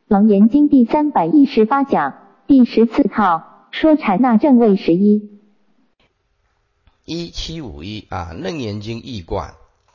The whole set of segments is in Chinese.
楞严经第318讲第14套说禅那正位11。 1751楞严经义观。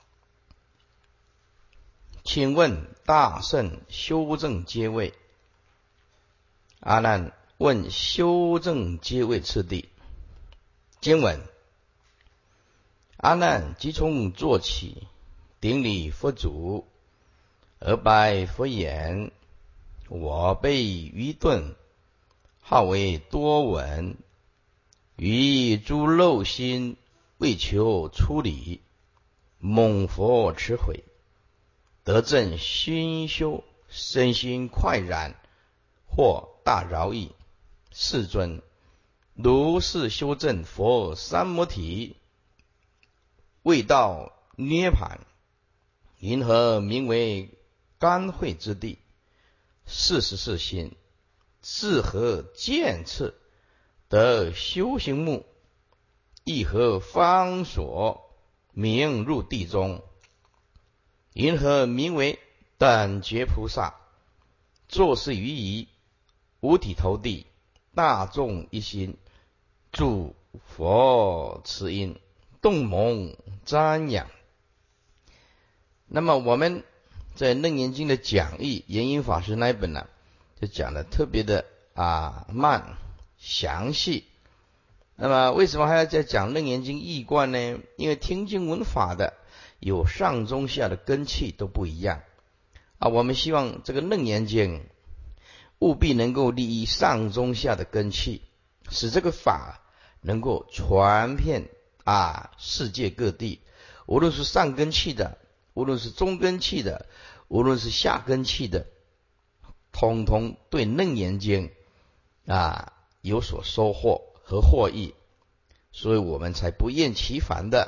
请问大圣修正阶位？阿难问修正阶位次第。经文：阿难即从坐起，顶礼佛祖，而拜佛言：我辈愚钝，好为多闻，于诸漏心为求出离，蒙佛持悔，得正熏修，身心快然，或大饶益。世尊，如是修正佛三摩提，未到涅盘，云何名为甘慧之地？44心，自何见次，得修行目？亦何方所名入地中？云何名为等觉菩萨？作是于仪，五体投地，大众一心，诸佛慈音，动蒙瞻仰。那么我们在楞严经的讲义，圆音法师那一本呢，就讲的特别的慢详细。那么为什么还要再讲楞严经义观呢？因为听经闻法的有上中下的根器都不一样我们希望这个楞严经务必能够利益上中下的根器，使这个法能够传遍世界各地，无论是上根器的，无论是中根器的，无论是下根器的，通通对楞严经有所收获和获益。所以我们才不厌其烦的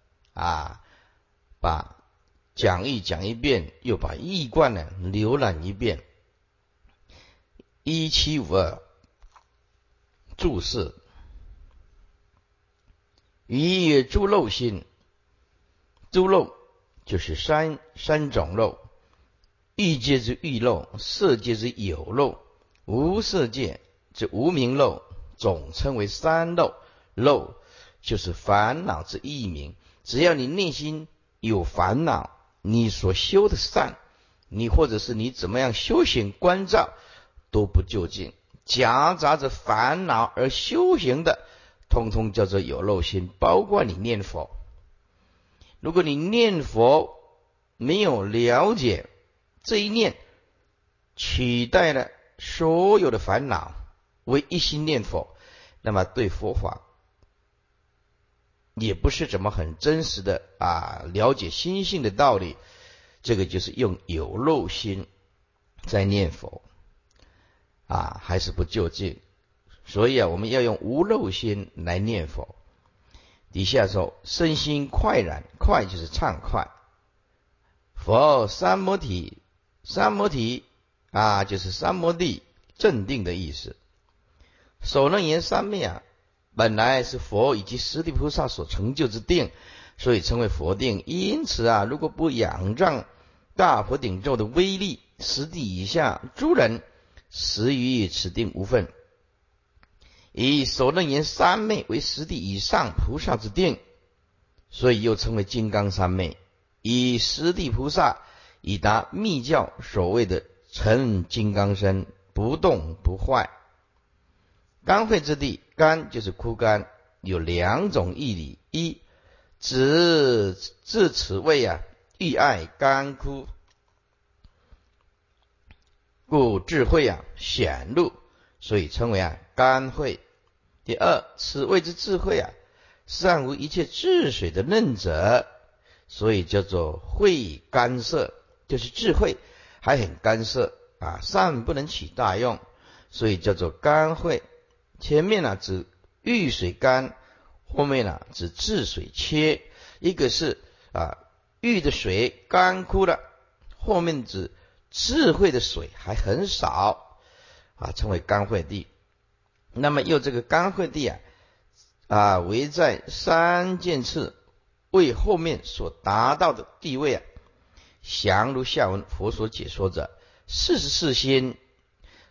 把讲义讲一遍，又把义观呢浏览一遍。1752注释：于诸漏心，诸漏就是三种漏，欲界之欲漏，色界之有漏，无色界之无明漏，总称为三漏。漏就是烦恼之异名，只要你内心有烦恼，你所修的善，你或者是你怎么样修行关照都不究竟，夹杂着烦恼而修行的，通通叫做有漏心。包括你念佛，如果你念佛没有了解这一念取代了所有的烦恼，为一心念佛，那么对佛法也不是怎么很真实的了解心性的道理。这个就是用有漏心在念佛还是不究竟。所以我们要用无漏心来念佛。底下说身心快然，快就是畅快。佛三摩提，三摩提就是三摩地镇定的意思。首楞严三昧本来是佛以及十地菩萨所成就之定，所以称为佛定。因此如果不仰仗大佛顶咒的威力，十地以下诸人实于此定无分。以首楞严三昧为十地以上菩萨之定，所以又称为金刚三昧。以十地菩萨以达密教所谓的成金刚身，不动不坏。甘慧之地，甘就是枯干，有两种义理：一指至此位欲爱干枯，故智慧显露，所以称为甘慧。第二，此谓之智慧善无一切智水的嫩者，所以叫做慧干涉，就是智慧还很干涉善不能起大用，所以叫做甘慧。前面指遇水干，后面指治水缺。一个是遇的水干枯了，后面指智慧的水还很少称为甘慧地。那么又这个甘慧地为在三件次为后面所达到的地位详如下文佛所解说者。44心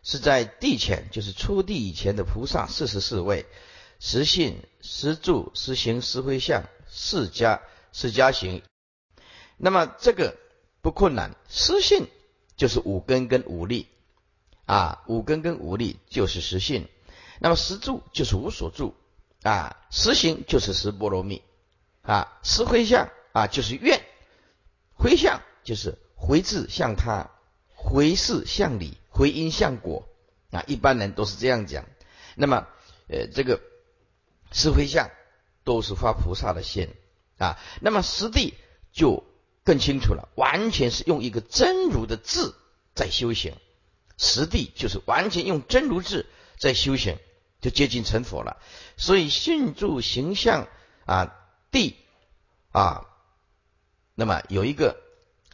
是在地前，就是出地以前的菩萨44位，实信、实住、实行、实回向、释迦行。那么这个不困难，实信就是五根跟五力五根跟五力就是实信。那么实住就是无所住实行就是实波罗蜜实回向就是愿，回向就是回自向他，回事向理，回因向果一般人都是这样讲。那么这个实回向都是发菩萨的心那么实地就更清楚了，完全是用一个真如的智在修行，实地就是完全用真如智在修行，就接近成佛了。所以信住形象地那么有一个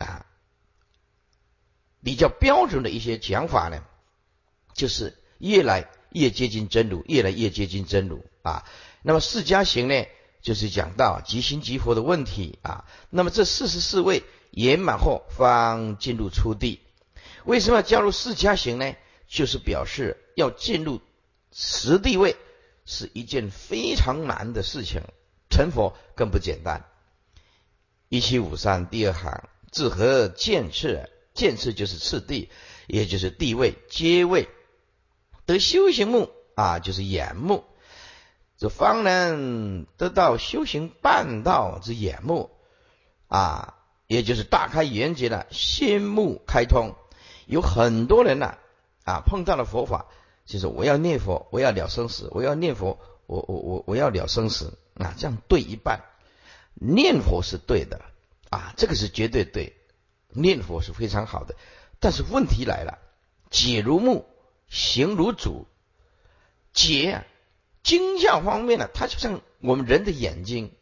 比较标准的一些讲法呢，就是越来越接近真如，越来越接近真如那么释迦行呢，就是讲到即心即佛的问题那么这44位圆满后方进入初地。为什么要加入释迦行呢？就是表示要进入实地位是一件非常难的事情，成佛更不简单。1753第二行，自何见次？见次就是次第，也就是地位阶位。得修行目就是眼目，这方能得到修行半道之眼目也就是大开眼界了，心目开通。有很多人碰到了佛法，就是我要念佛，我要了生死，我要念佛，我要了生死这样对一半。念佛是对的这个是绝对对，念佛是非常好的。但是问题来了，解如目，行如主。解经教方面它就像我们人的眼睛，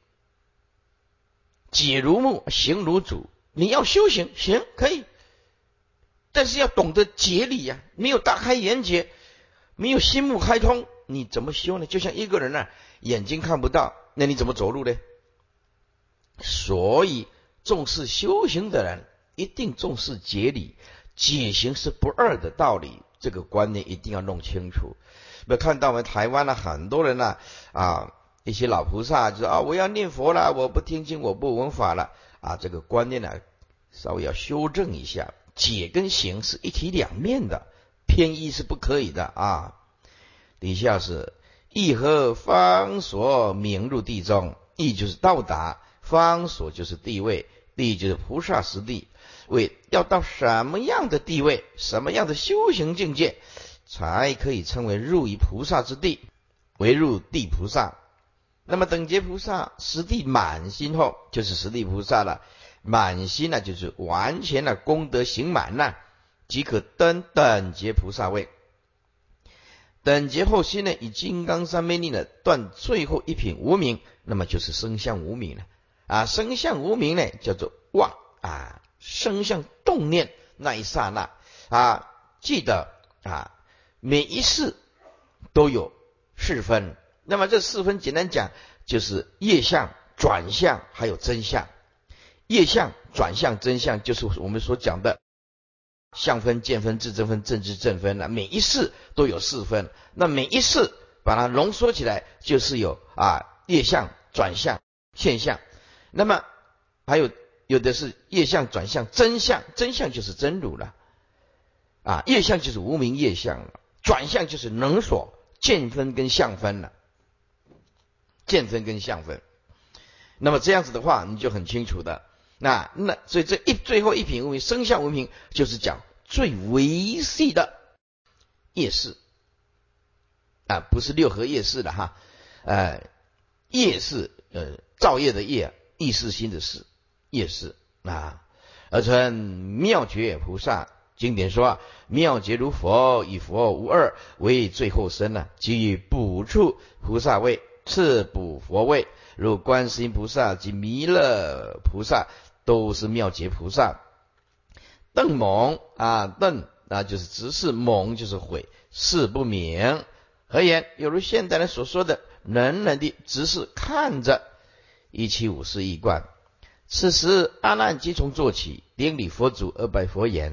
解如目，行如主。你要修行行可以，但是要懂得解理没有大开眼界，没有心目开通，你怎么修呢？就像一个人眼睛看不到，那你怎么走路呢？所以重视修行的人一定重视解理，解行是不二的道理，这个观念一定要弄清楚。我看到我们台湾很多人一些老菩萨就说我要念佛了，我不听经，我不闻法了这个观念稍微要修正一下。解跟行是一体两面的，偏依是不可以的底下是意何方所明入地中，意就是到达，方所就是地位，地就是菩萨实地。为要到什么样的地位，什么样的修行境界，才可以称为入于菩萨之地，为入地菩萨。那么等觉菩萨实地满心后，就是实地菩萨了。满心就是完全功德行满即可登等觉菩萨位。等觉后心以金刚三昧力断最后一品无明，那么就是生相无明了生相无明叫做妄生相动念那一刹那记得每一世都有4分。那么这4分简单讲就是业相、转相还有真相。业相、转相、真相就是我们所讲的相分、见分、智正分、正智正分每一世都有4分。那每一世把它浓缩起来就是有业相、转相、现象。那么还有的是业相、转相、真相，真相就是真如了业相就是无明业相了，转相就是能所，见分跟相分了，见分跟相分。那么这样子的话你就很清楚的那所以最后一品无明，生相无明，就是讲最微细的业事不是六合业事的业事造业的业，意识心的事，业事而称妙觉菩萨。经典说妙觉如佛，与佛无二，为最后身即以补处菩萨位，次补佛位，如观世音菩萨及弥勒菩萨都是妙觉菩萨。瞪蒙瞪就是直视，蒙就是悔，视不明。何言？有如现代人所说的人人的直视看着。1754一观。此时阿难即从坐起，顶礼佛祖而拜佛言：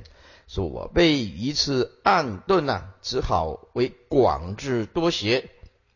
说我辈一次暗顿啊，只好为广之多写，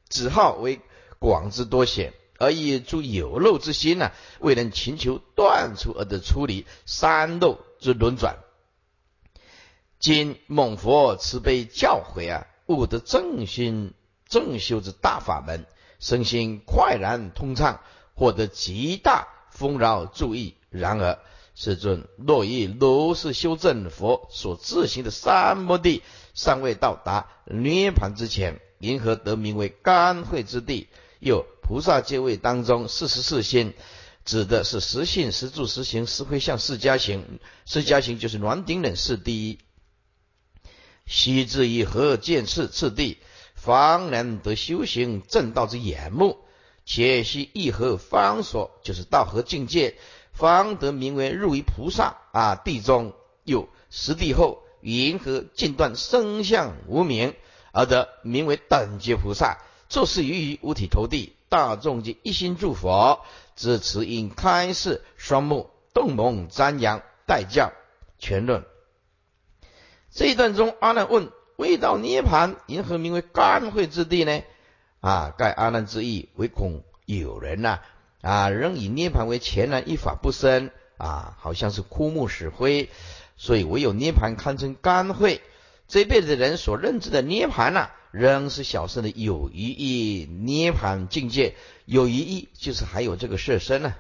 而以诸有漏之心啊，未能勤求断除而得出离三漏之轮转。今蒙佛慈悲教诲啊，悟得正心正修之大法门，身心快然通畅，获得极大丰饶助益。然而世尊若以如是修正佛所自行的三摩地尚未到达涅盘之前，因何得名为甘慧之地？又菩萨阶位当中44心，指的是实性、实住、实行、实回向四加行。四加行就是暖顶忍四第一。悉至于何见次第，方能得修行正道之眼目，且悉一何方所，就是道何境界，方得名为入于菩萨地中。又十地后，云何尽断生相无明，而得名为等觉菩萨。作是于五体投地，大众及一心诸佛，自此因开示双目，动蒙瞻仰代教全论。这一段中，阿难问：未到涅盘，因何名为甘慧之地呢？盖阿难之意，唯恐有人仍以涅盘为前然一法不生好像是枯木死灰，所以唯有涅盘堪称甘慧。这辈子的人所认知的涅盘仍是小乘的有余义涅盘境界。有余义就是还有这个色身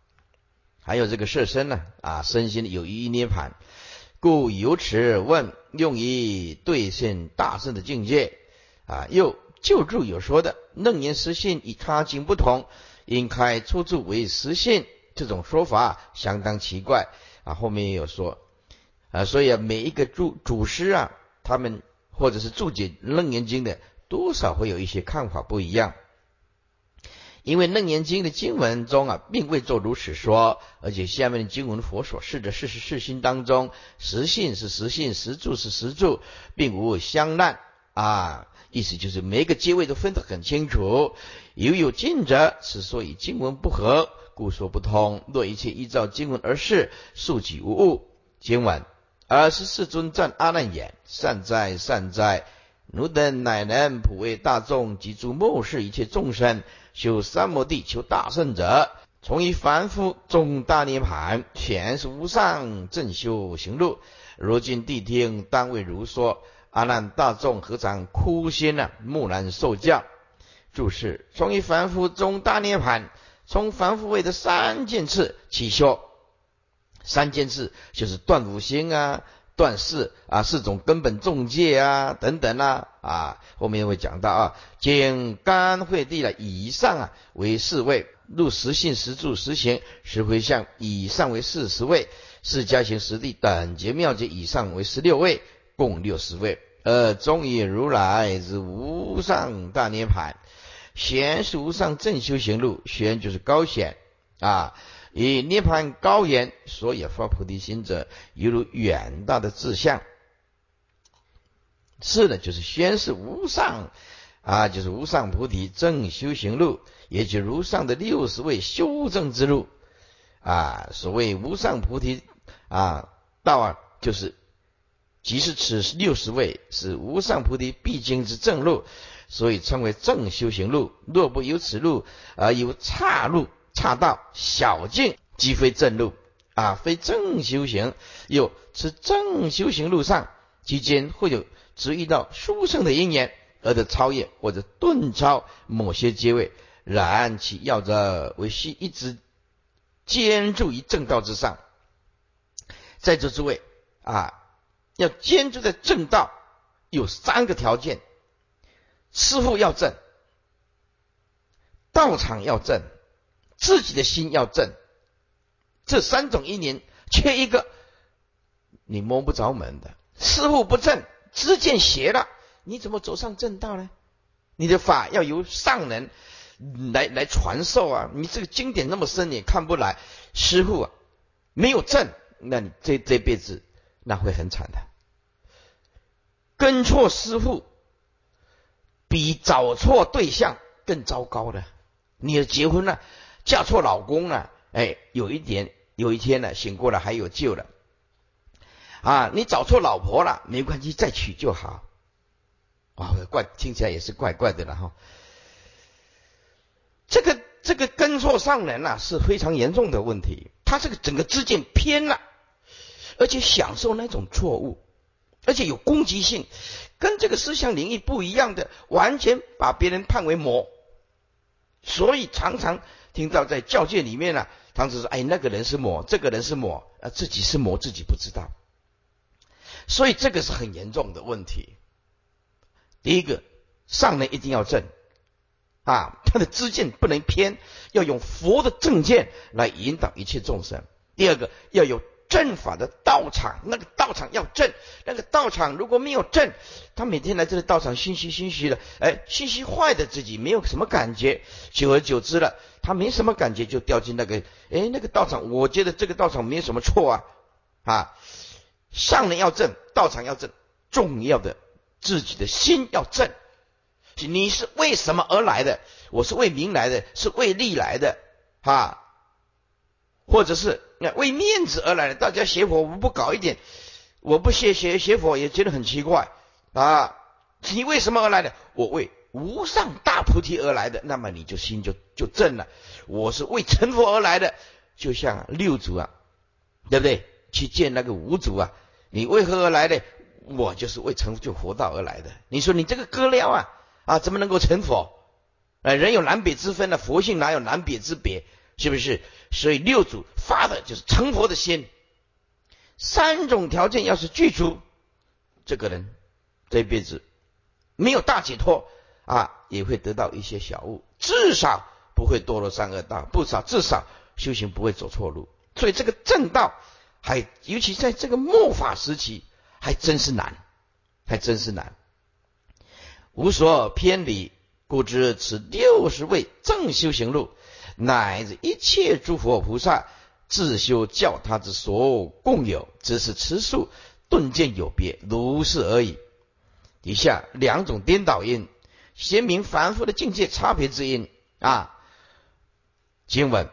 身心的有余义涅盘。故由此问，用以兑现大圣的境界又旧注有说的楞严实性与他经不同，因开出注为实性，这种说法相当奇怪后面也有说所以每一个祖师他们或者是注解楞严经的，多少会有一些看法不一样。因为楞严经的经文中并未做如此说，而且下面的经文佛所示的44心当中，实性是实性，实住是实住，并无相难意思就是每个阶位都分得很清楚。有尽者，此说以经文不合，故说不通。若一切依照经文而事，速己无误。经文：24尊赞阿难言：善哉善哉，汝等乃能普为大众及诸末世一切众生修三摩地求大圣者，从于凡夫终大涅盘，全是无上正修行路。如今谛听，当为如说。阿难大众何尝枯心木然受教。注释：从于凡夫终大涅盘，从凡夫位的三件次起修。三件次就是断五行断四四种根本众戒等等后面会讲到经甘慧地以上为4位，入实性实住实行实回向以上为40位，四加行实地等觉妙觉以上为16位，共60位。终以如来之无上大涅盘，显是无上正修行路，显就是高显以涅盘高言，所以发菩提心者，犹如远大的志向。是的，就是宣示无上就是无上菩提正修行路，也就是如上的60位修正之路所谓无上菩提道就是即是此60位是无上菩提必经之正路，所以称为正修行路。若不由此路而有岔路岔道小径，即非正路非正修行。又此正修行路上期间会有只遇到殊胜的因缘，而得超越或者顿超某些阶位，然其要则为须一直坚住于正道之上。在座诸位要坚住在正道，有3个条件：师父要正，道场要正，自己的心要正。这3种因缘缺一个，你摸不着门的。师父不正，知见邪了，你怎么走上正道呢？你的法要由上人来传授你这个经典那么深，你看不来。师父没有正，那你这辈子那会很惨的。跟错师父比找错对象更糟糕的。你的结婚嫁错老公有一天醒过来还有救了你找错老婆了，没关系，再娶就好。听起来也是怪怪的了哈。这个跟错上人是非常严重的问题。他这个整个知见偏了，而且享受那种错误，而且有攻击性，跟这个思想领域不一样的，完全把别人判为魔。所以常常听到在教界里面常常说，那个人是魔，这个人是魔，自己是魔自己不知道。所以这个是很严重的问题。第一个，上人一定要正他的知见不能偏，要用佛的正见来引导一切众生。第二个，要有正法的道场，那个道场要正，那个道场如果没有正，他每天来这个道场熏习的，熏习坏的自己没有什么感觉，久而久之了，他没什么感觉，就掉进那个道场。我觉得这个道场没有什么错上人要正，道场要正，重要的自己的心要正。你是为什么而来的？我是为名来的，是为利来的或者是为面子而来的。大家学佛，我们不搞一点，我不学佛也觉得很奇怪你为什么而来的？我为无上大菩提而来的，那么你就心就正了。我是为成佛而来的，就像六祖对不对？去见那个五祖你为何而来的？我就是为成就佛道而来的。你说你这个割料怎么能够成佛？人有南北之分佛性哪有南北之别？是不是？所以六祖发的就是成佛的心。三种条件要是具足，这个人这辈子没有大解脱也会得到一些小悟，至少不会堕落三恶道，至少修行不会走错路。所以这个正道尤其在这个末法时期还真是难。无所偏离，故知此60位正修行路，乃至一切诸佛菩萨自修教他之所共有，只是持数顿见有别，如是而已。以下2种颠倒因，显明凡夫的境界差别之因经文：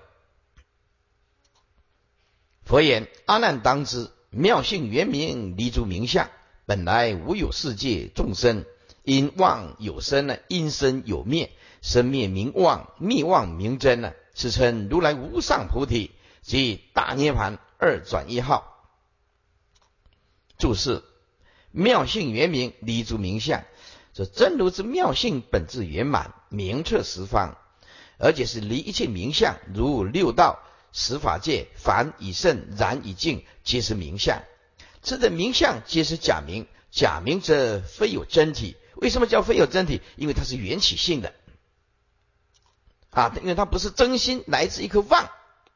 佛言：阿难当知，妙性圆明，离诸名相，本来无有世界众生，因妄有生因生有灭，生灭名妄，灭妄名真是称如来无上菩提即大涅盘2转1号。注释：妙性圆明，离诸名相。这真如之妙性本质圆满，明彻十方，而且是离一切名相，如六道、十法界，凡以圣，然以净，皆是名相。此等名相皆是假名，假名则非有真体。为什么叫非有真体？因为它是缘起性的因为它不是真心，来自一颗妄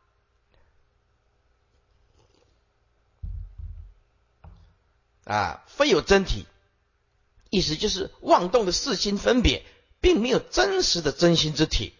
非有真体，意思就是妄动的四心分别，并没有真实的真心之体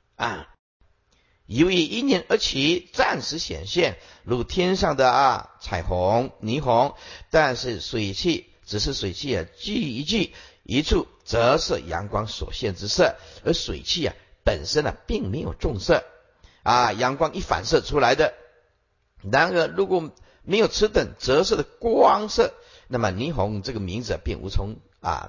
由于因缘而起，暂时显现，如天上的彩虹、霓虹，但是水汽只是水汽聚一聚一处，则是阳光所现之色，而水汽本身并没有重色阳光一反射出来的。然而如果没有此等折射的光色，那么霓虹这个名字便无从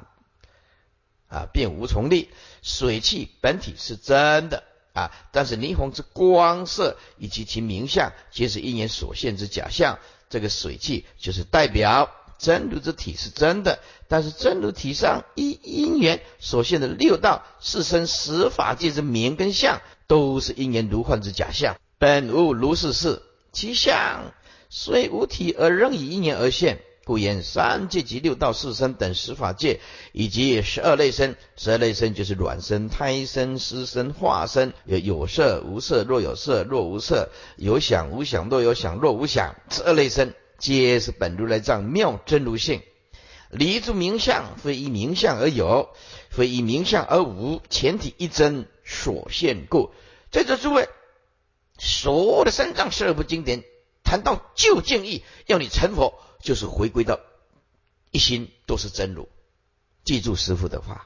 立。水汽本体是真的但是霓虹之光色以及其名相皆是因缘所现之假象。这个水汽就是代表真如之体是真的，但是真如体上依因缘所现的六道、四生、十法界之名跟相，都是因缘如幻之假象，本无如是事。其相虽无体，而仍以因缘而现，故言三界及六道、四生等十法界，以及12类生。12类生就是卵生、胎生、湿生、化生，有色、无色、若有色、若无色，有想、无想、若有想、若无想。12类生皆是本如来藏妙真如性，离诸名相，非依名相而有，非依名相而无，前体一真所现故。在这诸位，所有的三藏12部经典谈到究竟义，要你成佛，就是回归到一心都是真如。记住师父的话，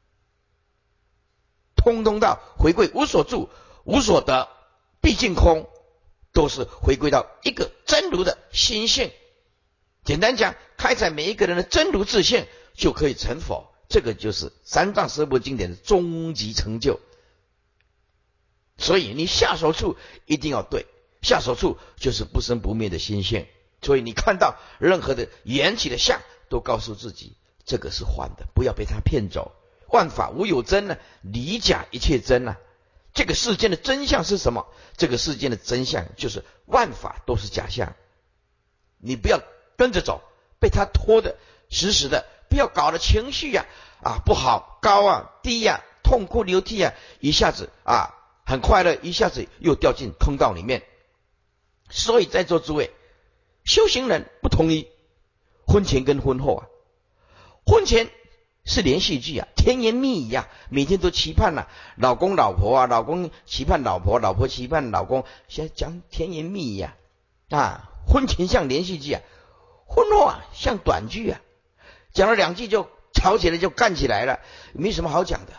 通通到回归无所住、无所得、毕竟空，都是回归到一个真如的心性。 简单讲，开采每一个人的真如自性，就可以成佛。这个就是三藏十二部经典的终极成就。所以你下手处一定要对，下手处就是不生不灭的心性。所以你看到任何的缘起的相，都告诉自己这个是幻的，不要被它骗走。万法无有真呢，离假一切真啊。这个世间的真相是什么？这个世间的真相就是万法都是假象。你不要跟着走，被它拖得死死的，不要搞得情绪不好，高低痛哭流涕一下子很快乐，一下子又掉进坑道里面。所以在座诸位修行人不同意婚前跟婚后婚前是连续剧甜言蜜语每天都期盼老公老婆老公期盼老婆，老婆期盼老公，现在讲甜言蜜语婚前像连续剧婚后像短剧讲了2句就吵起来，就干起来了，没什么好讲的。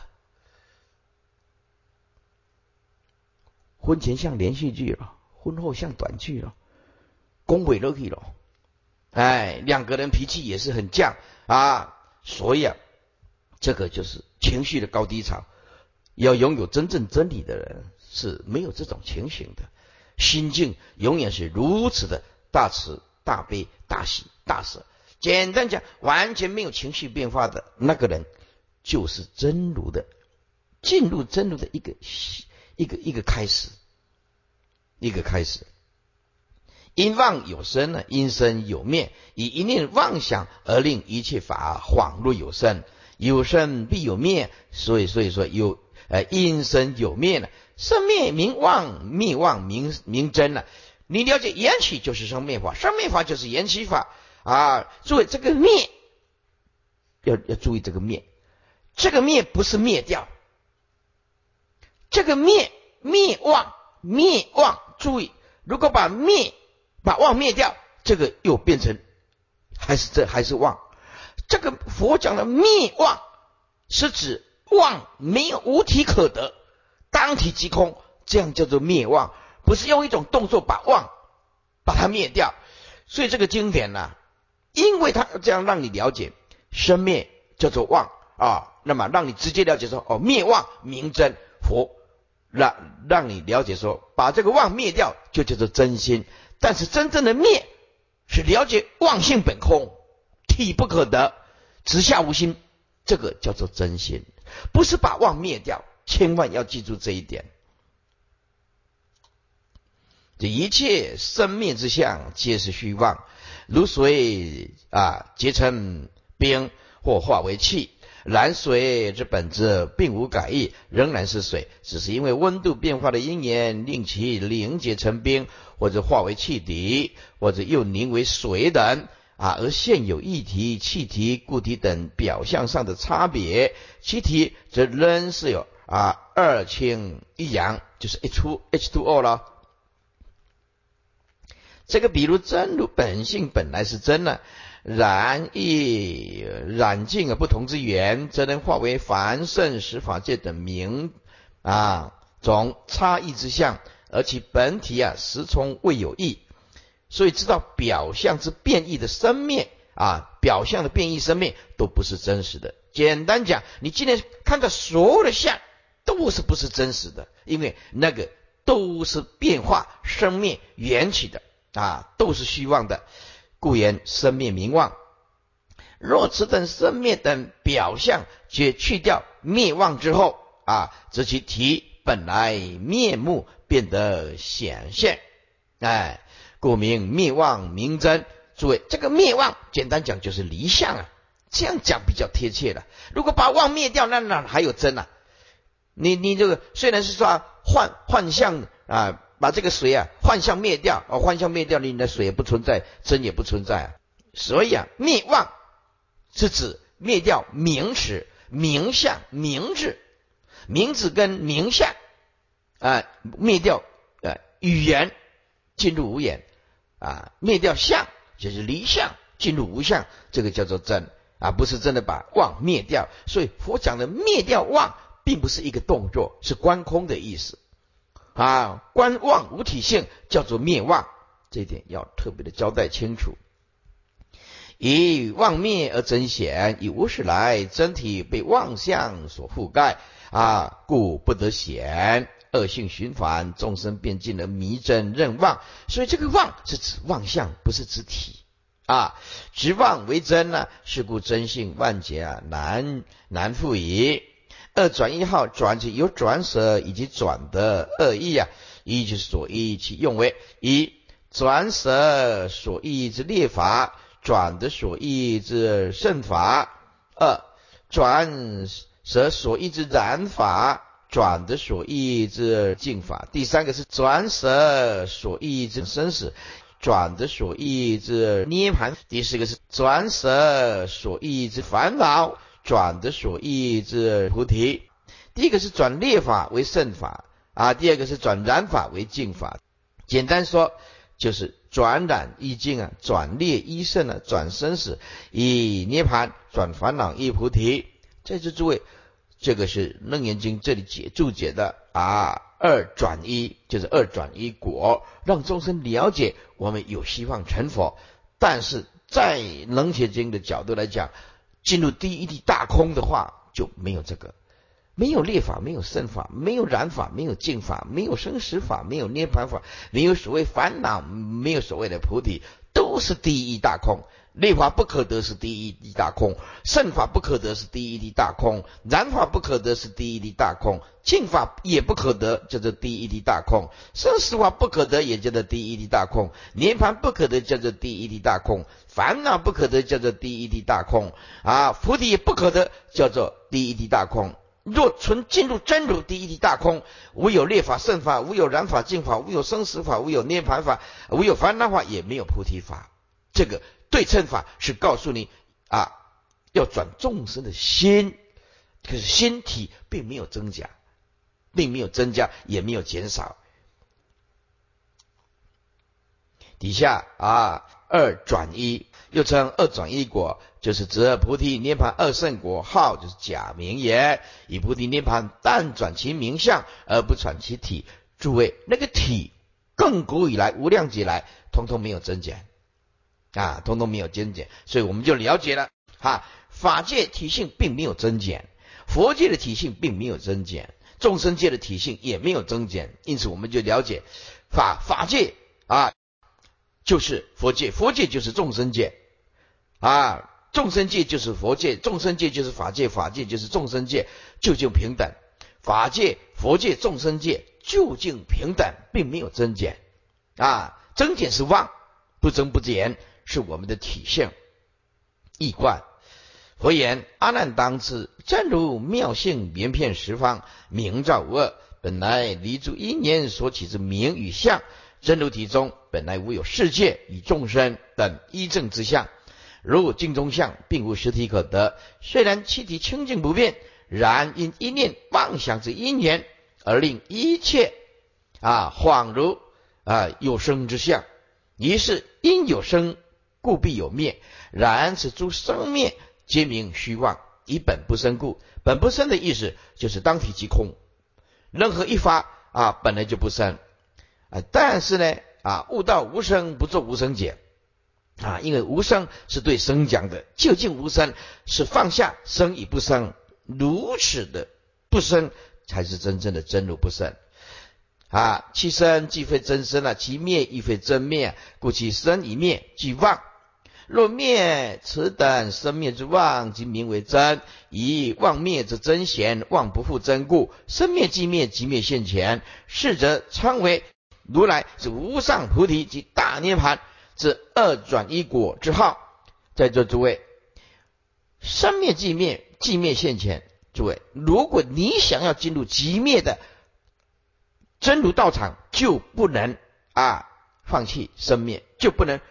婚前像连续剧了，婚后像短剧了，恭维都可以了。两个人脾气也是很犟所以这个就是情绪的高低潮。要拥有真正真理的人是没有这种情形的，心境永远是如此的大慈大悲大喜大舍。简单讲，完全没有情绪变化的那个人，就是真如的，进入真如的一个开始，一个开始。因妄有生因生有灭，以一念妄想而令一切法恍若有生，有生必有灭，所以说因生有灭生灭名妄，灭妄名真你了解缘起就是生灭法，生灭法就是缘起法诸位这个灭要注意这个灭，这个灭不是灭掉，这个灭妄注意，如果把妄灭掉，这个又变成还是妄。这个佛讲的灭妄是指妄没有无体可得，当体即空，这样叫做灭妄，不是用一种动作把妄把它灭掉。所以这个经典因为它这样让你了解生灭叫做妄那么让你直接了解说灭妄名真，佛让你了解说把这个妄灭掉就叫做真心。但是真正的灭是了解妄性本空，体不可得，直下无心，这个叫做真心，不是把妄灭掉，千万要记住这一点。这一切生灭之相皆是虚妄，如水结成冰或化为气，然水之本质并无改易，仍然是水，只是因为温度变化的因缘，令其凝结成冰，或者化为气体，或者又凝为水等而现有液体、气体、固体等表象上的差别。气体则仍是有二氢一氧，就是 H2O 了。这个比如真如本性本来是真然亦染净不同之缘，则能化为凡圣十法界等名种差异之相，而其本体实从未有异。所以知道表象之变异的生灭表象的变异生灭都不是真实的。简单讲，你今天看到所有的相都是不是真实的，因为那个都是变化生灭缘起的都是虚妄的，故言生灭名妄。若此等生灭等表象皆去掉灭妄之后则其体本来面目变得显现故名灭妄名真。诸位，这个灭妄简单讲就是离相这样讲比较贴切了。如果把妄灭掉，那哪还有真你这个虽然是说幻象把这个水幻象灭掉幻象灭掉，你的水也不存在，真也不存在所以灭妄是指灭掉名词、名相、名字，名字跟名相灭掉语言，进入无言灭掉相，就是离相，进入无相，这个叫做真不是真的把妄灭掉。所以佛讲的灭掉妄并不是一个动作，是观空的意思观妄无体性叫做灭妄，这一点要特别的交代清楚。 以妄灭而真显，以无始来真体被妄相所覆盖故不得显。恶性循环，众生便进了迷真认妄。所以这个妄是指妄相，不是指体执妄为真是故真性万劫难复矣。二转一号，转是有转舍以及转的二义一就是所依其用为：一转舍所依之列法，转的所依之圣法；二转舍所依之染法，转的所依之净法。第三个是转舍所依之生死，转的所依之涅盘。第四个是转舍所依之烦恼，转的所依之菩提。第一个是转列法为圣法第二个是转染法为净法。简单说就是转染依净转列依圣转生死依涅盘，转烦恼依菩提。在这诸位，这个是楞严经这里注解的二转一，就是二转一果，让众生了解我们有希望成佛。但是在楞严经的角度来讲，进入第一地大空的话就没有这个，没有列法，没有圣法，没有染法，没有净法，没有生死法，没有涅盘法，没有所谓烦恼，没有所谓的菩提，都是第一大空。列法不可得是第一地大空，圣法不可得是第一地大空，染法不可得是第一地大空，净法也不可得，叫做第一地大空，生死法不可得，也叫做第一地大空，涅盘不可得，叫做第一地大空，烦恼不可得，叫做第一地大空菩提也不可得，叫做第一地大空。若纯进入真如第一地大空，无有列法圣法，无有染法净法，无有生死法，无有涅盘法，无有烦恼法，也没有菩提法。这个对称法是告诉你要转众生的心，可是心体并没有增加，也没有减少。底下二转一，又称二转一果，就是指菩提涅盘二圣果，号就是假名也。以菩提涅盘但转其名相而不转其体。诸位，那个体亘古以来无量劫来通通没有增减通通没有增减。所以我们就了解了法界体性并没有增减，佛界的体性并没有增减，众生界的体性也没有增减。因此我们就了解法界就是佛界，佛界就是众生界众生界就是佛界，众生界就是法界，法界就是众生界，究竟平等。法界、佛界、众生界究竟平等，并没有增减增减是妄，不增不减是我们的体性义观。佛言：阿难当知，真如妙性绵遍十方，明照无二，本来离诸因缘所起之名与相。真如体中本来无有世界与众生等依正之相，如镜中相，并无实体可得。虽然气体清净不变，然因一念妄想之因缘，而令一切恍如有生之相。于是因有生，故必有灭。然此诸生灭皆名虚妄，以本不生故。本不生的意思就是当体即空，任何一法本来就不生但是呢悟道无生，不做无生解因为无生是对生讲的，究竟无生是放下生与不生，如此的不生才是真正的真如不生其生既非真生其灭亦非真灭，故其生与灭即妄。若灭此等生灭之妄，即名为真。以妄灭之真显，妄不复真故，生灭即灭，即灭现前，是则称为如来是无上菩提及大涅盘之二转一果之号。在座诸位，生灭即灭，即灭现前。诸位，如果你想要进入即灭的真如道场，就不能放弃生灭，就不能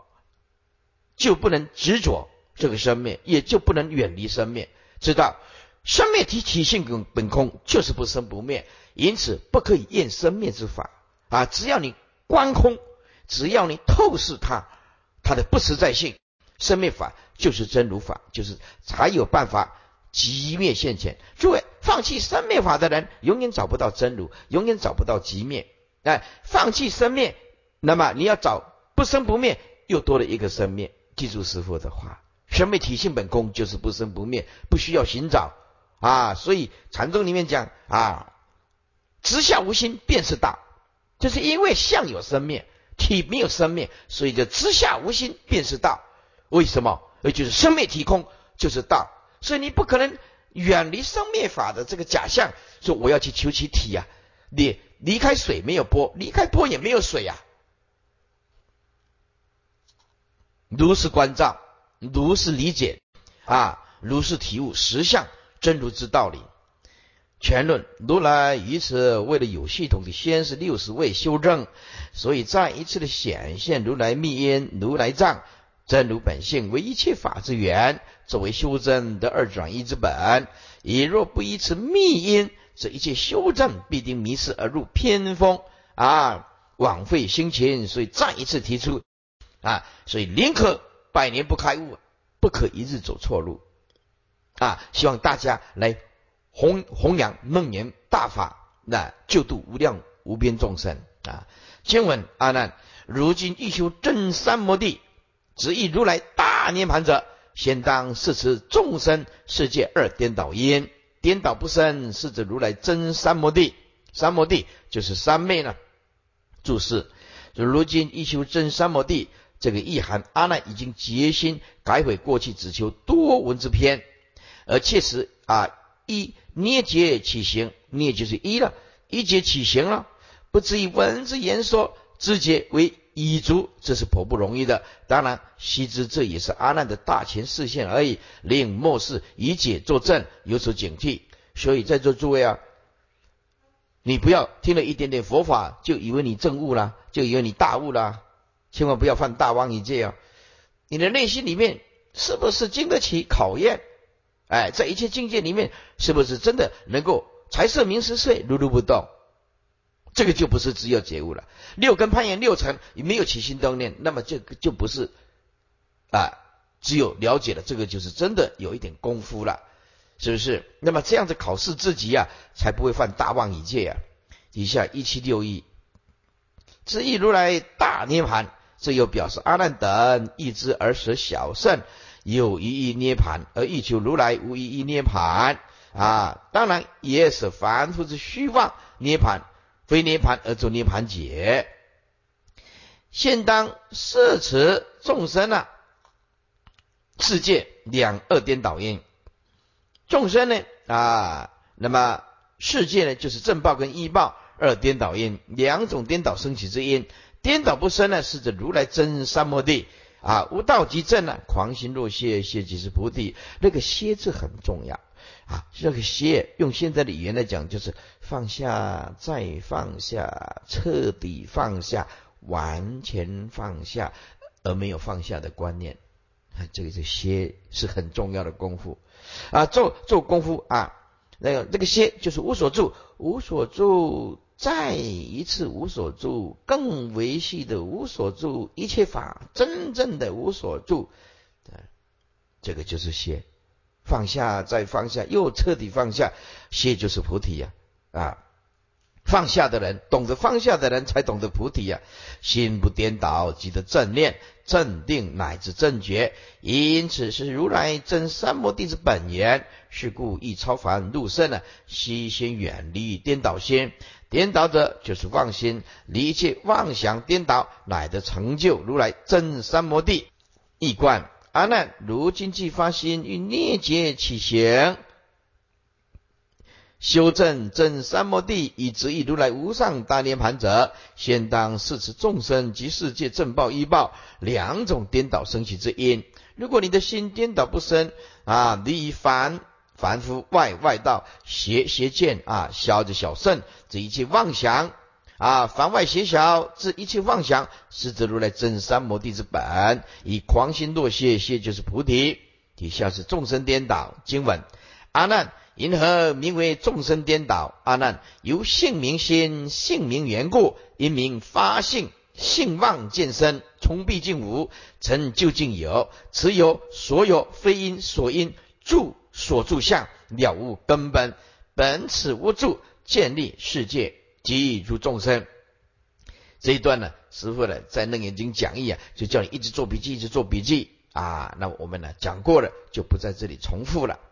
执着这个生灭，也就不能远离生灭。知道生灭体性本空，就是不生不灭，因此不可以厌生灭之法只要你观空，只要你透视它的不实在性，生灭法就是真如法，就是才有办法即灭现前。诸位，放弃生灭法的人永远找不到真如，永远找不到即灭放弃生灭，那么你要找不生不灭，又多了一个生灭， 记住师父的话，生灭体性本空，就是不生不灭，不需要寻找所以禅宗里面讲直下无心便是道，就是因为相有生灭，体没有生灭，所以就直下无心便是道。为什么？就是生灭体空就是道，所以你不可能远离生灭法的这个假象，说我要去求其体你离开水没有波，离开波也没有水如是观照，如是理解如是体悟实相真如之道理。全论，如来于此为了有系统的先是60位修正，所以再一次的显现如来密因、如来藏、真如本性为一切法之源，作为修正的二转一之本。以若不依此密因，这一切修正必定迷失而入偏锋枉费辛勤。所以再一次提出所以宁可百年不开悟，不可一日走错路希望大家来弘扬楞严大法，救度无量无边众生经文：阿难，如今欲修真三摩地，只意如来大涅盘者，先当视持众生世界二颠倒因。颠倒不生，是指如来真三摩地。三摩地就是三昧呢。注释：如今欲修真三摩地，这个意涵，阿难已经决心改悔过去只求多闻之偏，而切实一捏结起行，捏就是一了，一结起行了，不至于文字言说知结为已足，这是颇不容易的。当然悉知这也是阿难的大前示现而已，令末世以解作证，有所警惕。所以在座诸位你不要听了一点点佛法就以为你证悟了，就以为你大悟了，千万不要犯大妄一戒你的内心里面是不是经得起考验？在一切境界里面，是不是真的能够财色名食睡如如不动？这个就不是只有觉悟了。六根攀缘六尘没有起心动念，那么这个就不是只有了解了，这个就是真的有一点功夫了，是不是？那么这样子考试自己才不会犯大妄一戒底下1761，知意如来大涅盘，这又表示阿难等意之而舍小圣，有一意涅盘，而欲求如来无一意涅盘当然也是凡夫之虚妄涅盘，非涅盘而作涅盘解。现当摄持众生世界两二颠倒因。众生呢那么世界呢就是正报跟依报二颠倒因，两种颠倒升起之因。颠倒不生呢，是指如来真三摩地无道即正狂心若歇，歇即是菩提。那个歇字很重要这个歇用现在的语言来讲，就是放下再放下，彻底放下，完全放下，而没有放下的观念这个歇是很重要的功夫做功夫那个歇就是无所住，无所住再一次无所住，更维系的无所住，一切法真正的无所住这个就是歇。放下再放下，又彻底放下，歇就是菩提放下的人，懂得放下的人才懂得菩提心不颠倒即得正念正定乃至正觉，因此是如来真三摩地之本源。是故亦超凡入圣悉先远离颠倒心，颠倒者就是妄心，离一切妄想颠倒，乃得成就如来真三摩地。一观：阿难，如今既发心欲涅结起行，修正真三摩地，以直意如来无上大涅盘者，先当视持众生及世界正报依报两种颠倒升起之因。如果你的心颠倒不生离于凡夫外道邪见小之小圣，这一切妄想凡外邪小之一切妄想，是指如来真三摩地之本，以狂心若歇，歇就是菩提。底下是众生颠倒经文：阿难，因何名为众生颠倒？阿难，由性名心，性名缘故，因名发性，性妄见身，从毕竟无，曾究竟有，此有所有，非因所因，住所住相，了悟根本，本此无住，建立世界，即如众生。这一段呢，师父呢在楞严经讲义就叫你一直做笔记，一直做笔记那我们呢讲过了，就不在这里重复了。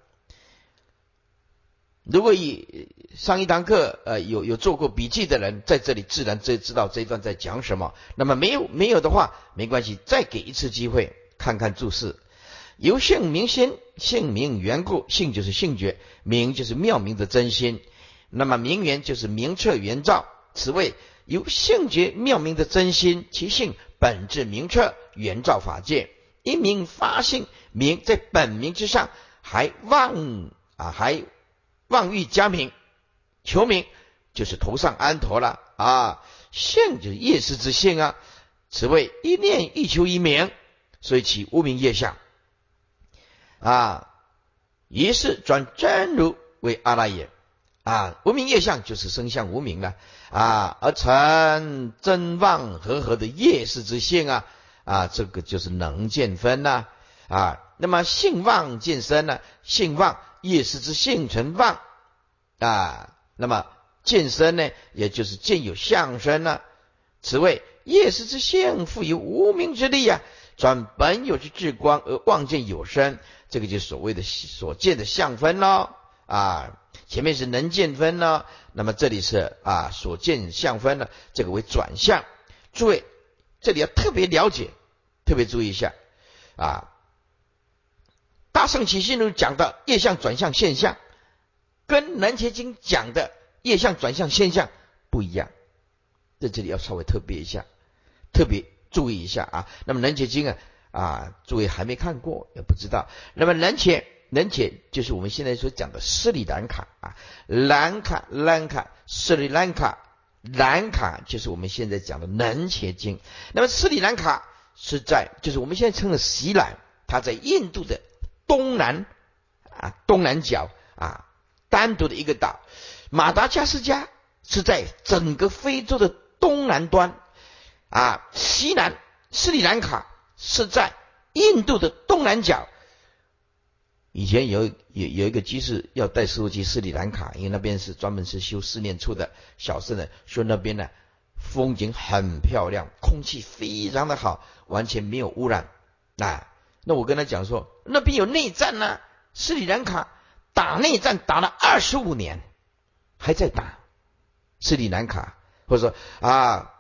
如果上一堂课有做过笔记的人，在这里自然知道这一段在讲什么。那么没有的话没关系，再给一次机会看看注释。由性明心，性名缘故，性就是性觉，名就是妙明的真心。那么名缘就是明彻圆照，此谓由性觉妙明的真心，其性本质明彻圆照法界。因名发性，名在本名之上还妄欲加名，求名就是头上安头了性就是业识之性此谓一念欲求一名，所以起无名业相于是转真如为阿赖耶无名业相就是生相无名了而成真妄合的业识之性这个就是能见分那么性妄见身性妄业识之性成妄那么见身呢，也就是见有相身此谓业识之性复有无名之力转本有之至光而妄见有身，这个就是所谓的所见的相分前面是能见分那么这里是所见相分这个为转向。诸位这里要特别了解，特别注意一下大圣起信论讲的业相转向现象，跟能切经讲的业相转向现象不一样，在这里要稍微特别一下，特别注意一下那么能切经诸位还没看过也不知道。那么能切就是我们现在所讲的斯里兰卡兰卡斯里兰卡就是我们现在讲的能切经。那么斯里兰卡是就是我们现在称的锡兰，它在印度的东南角单独的一个岛。马达加斯加是在整个非洲的东南端西南斯里兰卡是在印度的东南角。以前有一个居士要带师父去斯里兰卡，因为那边是专门是修四念处的小圣的，说那边呢风景很漂亮，空气非常的好，完全没有污染那我跟他讲说，那边有内战斯里兰卡打内战打了25年，还在打斯里兰卡，或者说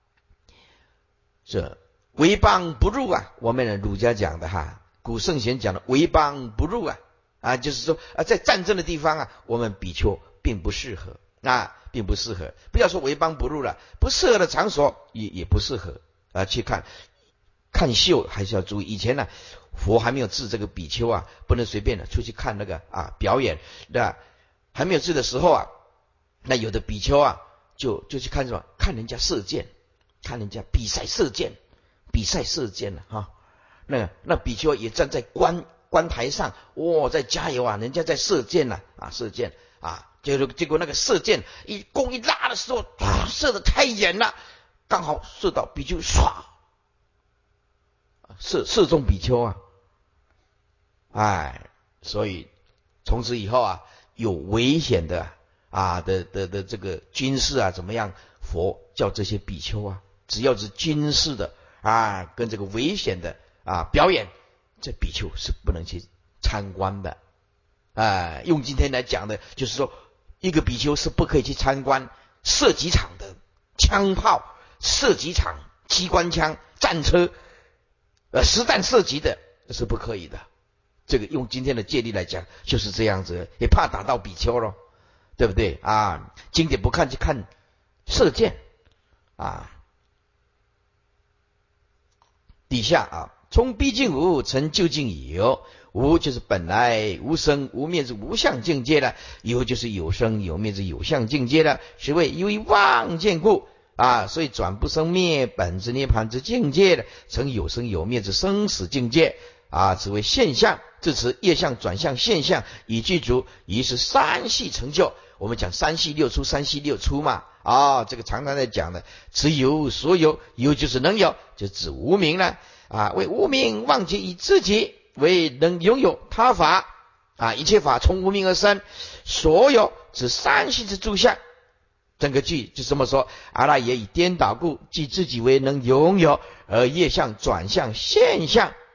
这为邦不入我们儒家讲的古圣贤讲的为邦不入就是说在战争的地方我们比丘并不适合并不适合，不要说为邦不入了，不适合的场所也不适合去看秀，还是要注意。以前佛还没有治这个比丘不能随便的出去看那个表演还没有治的时候那有的比丘就去看什么？看人家射箭，看人家比赛射箭那比丘也站在观台上在加油人家在射箭射箭结果那个射箭一弓一拉的时候射得太远了，刚好射到比丘唰射中比丘所以从此以后有危险的这个军事怎么样，佛叫这些比丘只要是军事的跟这个危险的表演，这比丘是不能去参观的用今天来讲的就是说，一个比丘是不可以去参观射击场的枪炮，射击场机关枪战车实弹射击的是不可以的。这个用今天的戒律来讲就是这样子，也怕打到比丘咯，对不对经典不看去看射箭底下从毕竟无成究竟有，无就是本来无生无灭之无相境界了，有就是有生有灭之有相境界了，是谓由于妄见故所以转不生灭本之涅槃之境界了，成有生有灭之生死境界此为现象。至此业相转向现象已具足，于是三系成就。我们讲三系六出，三系六出嘛这个常常在讲的，此有所有，有就是能有，就指无明了为无明忘记以自己为能拥有他法一切法从无明而生，所有指三系之诸相。整个句就这么说，阿赖耶以颠倒故，即自己为能拥有，而业相转向现象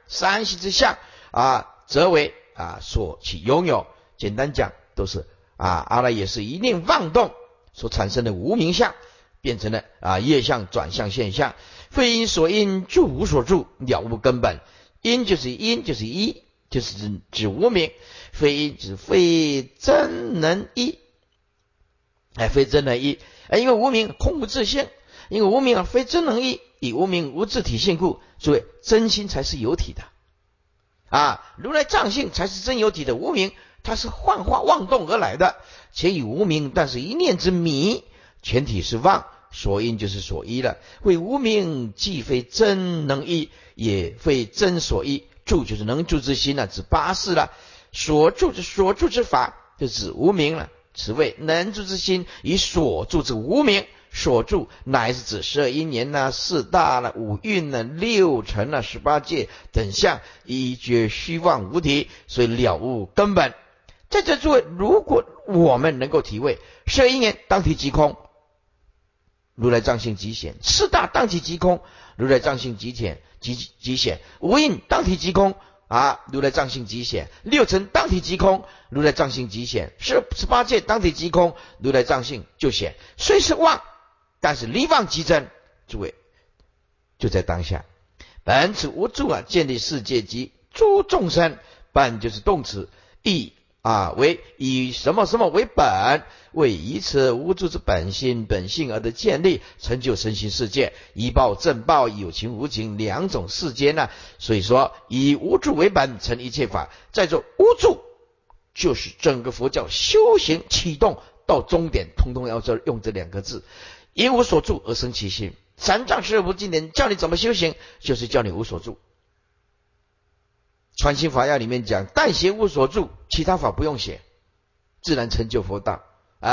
三系之相则为所起拥有。简单讲都是阿赖也是一念妄动所产生的无明相，变成了业相转向现象。非因所因，住无所住，了无根本。因就是一，就是指无明。非因指非真能一，非真能一。因为无明空无自性，因为无明非真能一，以无明无自体性故，所以真心才是有体的如来藏性才是真有体的。无明它是幻化妄动而来的，且以无明，但是一念之迷，全体是妄，所因就是所依了。为无明既非真能依，也非真所依。住就是能住之心指八识了。所住之法，就指无明了。此谓能住之心，以所住之无明。所住乃是指12因缘四大五蕴六尘18界等相，一觉虚妄无体，所以了悟根本。在这诸位，如果我们能够体会12因缘当体即空，如来藏性即显；四大当体即空，如来藏性即显；无印当体即空如来藏性即显；六尘当体即空，如来藏性即显；18界当体即空，如来藏性就显。虽是妄，但是离妄即真。诸位就在当下，本此无住建立世界及诸众生，本就是动词，意为以什么什么为本，为以此无住之本性而得建立成就身心世界，依报正报，有情无情两种世间所以说以无住为本，成一切法。在这无住就是整个佛教修行启动到终点，通通要用这两个字，因无所住而生其心。三藏十二部经典叫你怎么修行，就是叫你无所住。传心法要里面讲，但学无所住，其他法不用写，自然成就佛道。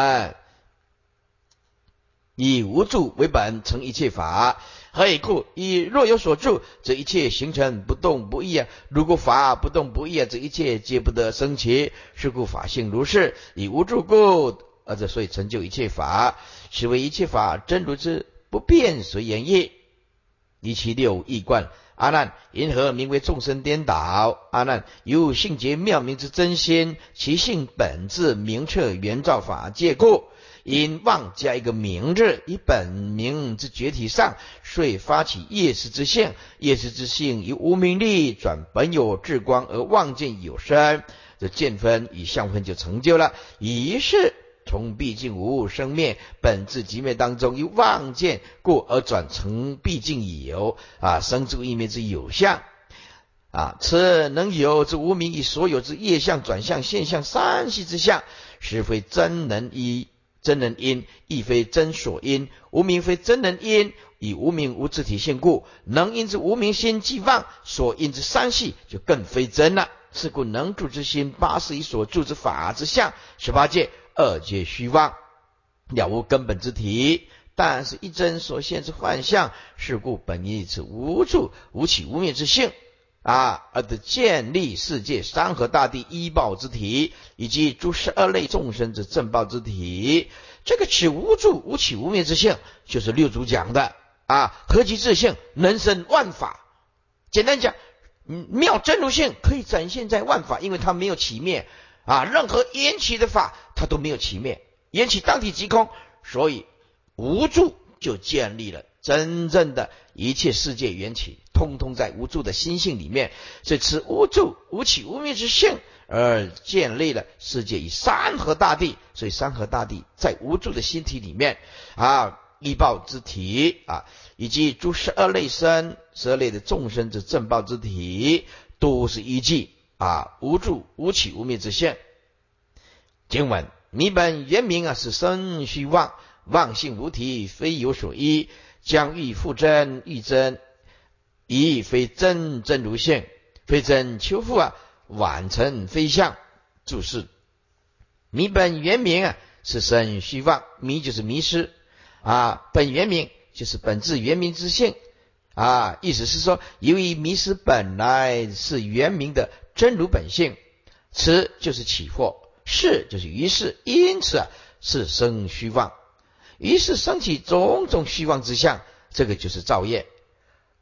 以无住为本，成一切法。何以故？以若有所住，则一切形成不动不异如果法不动不异则一切皆不得生起。是故法性如是，以无住故，所以成就一切法。是为一切法真如之不变随缘业。以其六义观。阿难，因何名为众生颠倒？阿难，由性觉妙明之真心，其性本质明彻圆照法界故，因妄加一个明字，以本明之觉体上，遂发起业识之性。业识之性以无明力转本有智光而妄见有生，这见分与相分就成就了。于是从毕竟无生灭本质即灭当中，以妄见故而转成毕竟有生之异灭之有相此能有之无明，以所有之业相转向现象三系之相，实非真能依，真能因，亦非真所因。无明非真能因，以无明无自体性故，能因之无明心即妄，所因之三系就更非真了。是故能住之心八识，以所住之法之相18界二界虚妄，了无根本之体。但是一真所现之幻象，是故本以此无住无起无灭之性而得建立世界山河大地依报之体，以及诸12类众生之正报之体。这个起无住无起无灭之性，就是六祖讲的何其自性，能生万法。简单讲，妙真如性可以展现在万法，因为它没有起灭任何缘起的法它都没有起灭，缘起当体即空，所以无住就建立了真正的一切世界缘起，通通在无住的心性里面。所以此无住无起无灭之性，而建立了世界以山河大地。所以山河大地在无住的心体里面依报之体以及诸12类生12类的众生之正报之体，都是依据无住无起无灭之性。经文弥本原名是生虚妄，妄性无体，非有所依，将欲复真欲真，亦非真如性，非真求复晚成非相。注释：弥本原名是生虚妄，迷就是迷失本原名就是本质原名之性意思是说，由于迷失本来是原名的真如本性，此就是起惑，是就是于是，因此是生虚妄，于是生起种种虚妄之相，这个就是造业。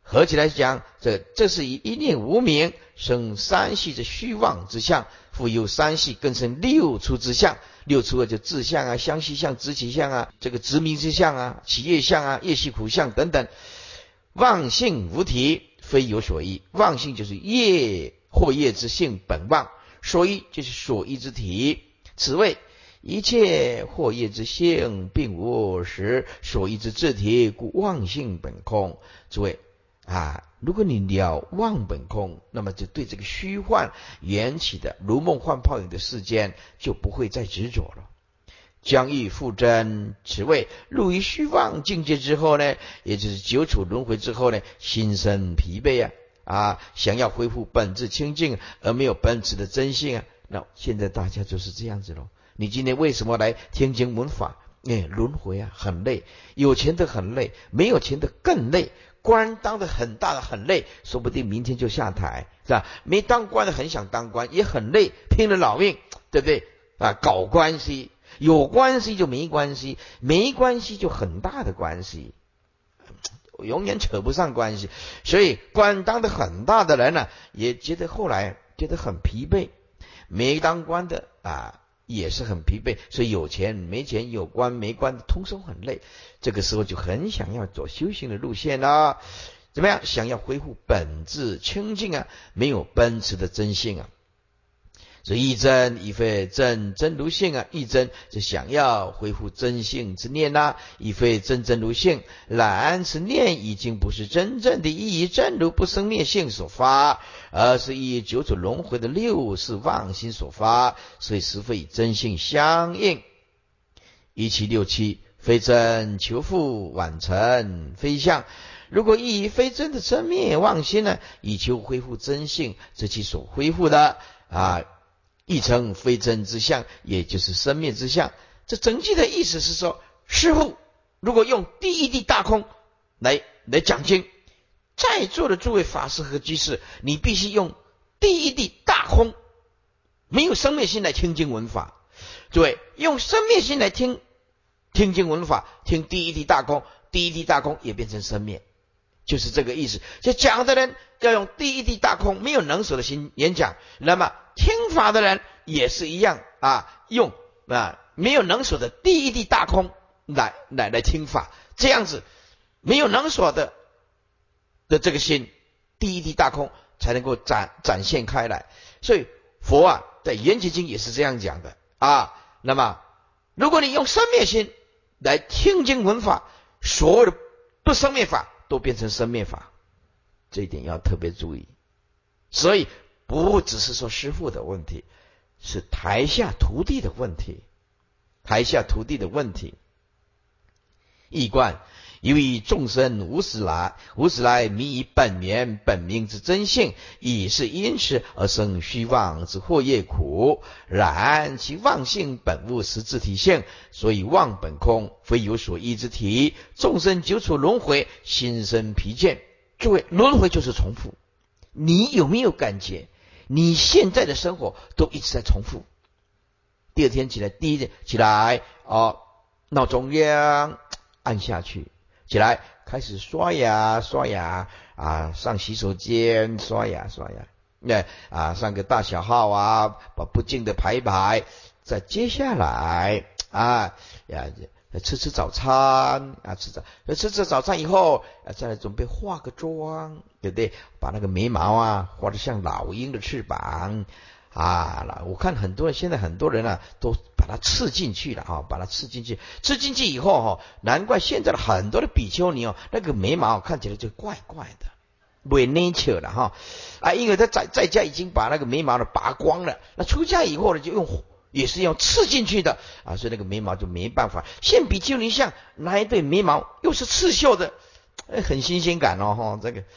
合起来讲，这是以一念无明生三系之虚妄之相，复有三系更生六出之相。六出就自相啊、相续相、执起相啊、这个执迷之相啊、起业相啊、业系苦相等等。妄性无体，非有所依。妄性就是业或业之性本妄，所依就是所依之体。此谓一切或业之性，并无实所依之自体，故妄性本空。诸位如果你了妄本空，那么就对这个虚幻缘起的如梦幻泡影的世间就不会再执着了。将欲复真，此谓入于虚妄境界之后呢，也就是久处轮回之后呢，心生疲惫想要恢复本质清净而没有本质的真性啊。那现在大家就是这样子咯。你今天为什么来听经闻法？轮回很累，有钱的很累，没有钱的更累。官当的很大的很累，说不定明天就下台，是吧？没当官的很想当官，也很累，拼了老命，对不对搞关系，有关系就没关系，没关系就很大的关系，永远扯不上关系。所以官当的很大的人呢，也后来觉得很疲惫，没当官的也是很疲惫。所以有钱没钱，有官没官，通通很累。这个时候就很想要走修行的路线啦。怎么样？想要恢复本质清净没有奔驰的真性所以一真亦非真真如性一真是想要恢复真性之念亦非真真如性。然此念已经不是真正的意义真如不生灭性所发，而是以九种轮回的六识妄心所发，所以实非与真性相应。1767非真求复晚成非相。如果以非真的真灭妄心以求恢复真性，这其所恢复的亦称非真之相，也就是生灭之相。这整句的意思是说，师父如果用第一地大空来讲经，在座的诸位法师和居士，你必须用第一地大空，没有生灭心来听经闻法。诸位用生灭心来听经闻法，听第一地大空，第一地大空也变成生灭，就是这个意思。就讲的人要用第一地大空，没有能所的心演讲，那么听法的人也是一样用没有能所的第一地大空来听法，这样子没有能所的这个心，第一地大空才能够展现开来。所以佛在圆觉经也是这样讲的那么如果你用生灭心来听经闻法，所有的不生灭法都变成生灭法，这一点要特别注意。所以不只是说师父的问题，是台下徒弟的问题，台下徒弟的问题。易观由于众生无始来迷以本源本命之真性，已是因此而生虚妄之惑业苦。然其妄性本无实质体性，所以妄本空，非有所依之体。众生久处轮回，心生疲倦。诸位，轮回就是重复。你有没有感觉你现在的生活都一直在重复？第二天起来，第一天起来闹钟亮按下去，起来开始刷牙上洗手间刷牙上个大小号把不净的排，再接下来吃早餐吃早餐以后再来准备化个妆，对不对？把那个眉毛画得像老鹰的翅膀我看现在很多人都把它刺进去了把它刺进去以后难怪现在的很多的比丘尼那个眉毛看起来就怪怪的，不 nature 了因为他在家已经把那个眉毛拔光了，那出家以后呢就也是要刺进去的所以那个眉毛就没办法。现比丘尼像那一对眉毛又是刺绣的，很新鲜感这个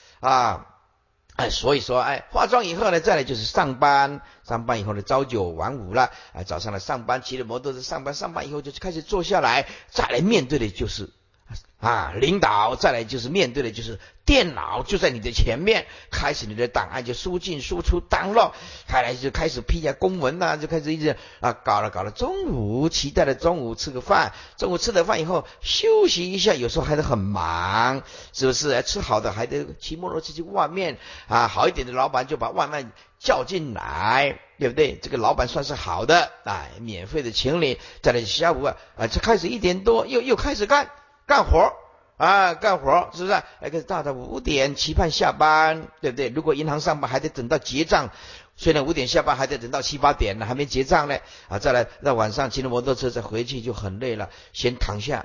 所以说化妆以后呢，再来就是上班以后呢，朝九晚五了早上来上班，骑着摩托车上班以后就开始坐下来，再来面对的就是领导，再来就是面对的就是电脑就在你的前面，开始你的档案就输进输出当落，开来就开始批下公文就开始一直搞了。中午期待的中午吃个饭，中午吃了饭以后休息一下，有时候还得很忙，是不是？吃好的还得骑摩托车去外面好一点的老板就把外卖叫进来，对不对？这个老板算是好的免费的请你。再来下午这开始1点多又开始干活是不是？可是到了5点期盼下班，对不对？如果银行上班还得等到结账，虽然5点下班还得等到7、8点了还没结账呢再来到晚上骑着摩托车再回去就很累了，先躺下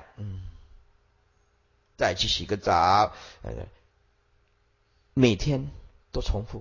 再去洗个澡每天都重复，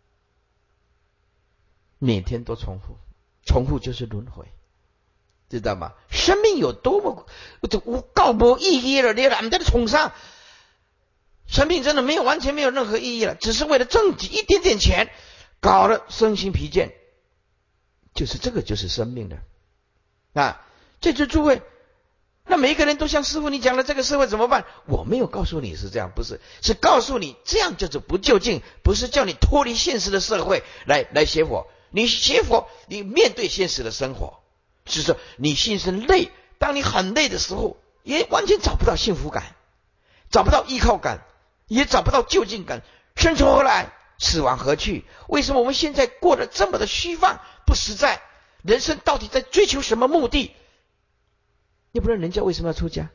重复就是轮回，知道吗？生命有多么告没意义了，你懒得崇尚，生命真的完全没有任何意义了，只是为了挣一点点钱，搞得身心疲倦，这个就是生命的这就诸位，那每一个人都像师父你讲的这个社会怎么办？我没有告诉你是这样，不是，是告诉你这样就是不究竟，不是叫你脱离现实的社会来学佛。你学佛，你面对现实的生活，是说你心生累，当你很累的时候，也完全找不到幸福感，找不到依靠感，也找不到就近感。生存何来？死亡何去？为什么我们现在过得这么的虚放不实在？人生到底在追求什么目的？要不然人家为什么要出家？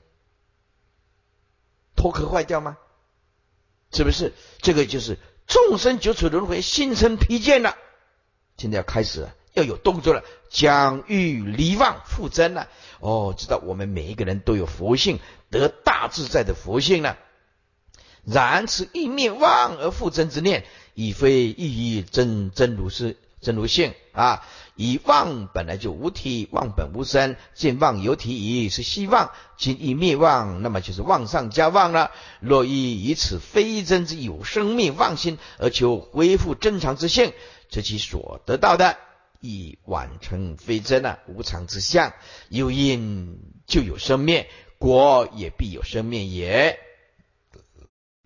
头壳坏掉吗？是不是？这个就是众生九处轮回，心生疲倦了。现在要开始了，要有动作了，将欲离妄复增了。知道我们每一个人都有佛性，得大自在的佛性了。然此欲灭妄而复增之念，已非意义真如性以妄本来就无体，妄本无生，见妄有体矣，是希望。今欲灭妄，那么就是妄上加妄了。若以此非真之有生灭妄心而求恢复正常之性，则其所得到的亦晚成非真无常之相。有因就有生灭，果也必有生灭也。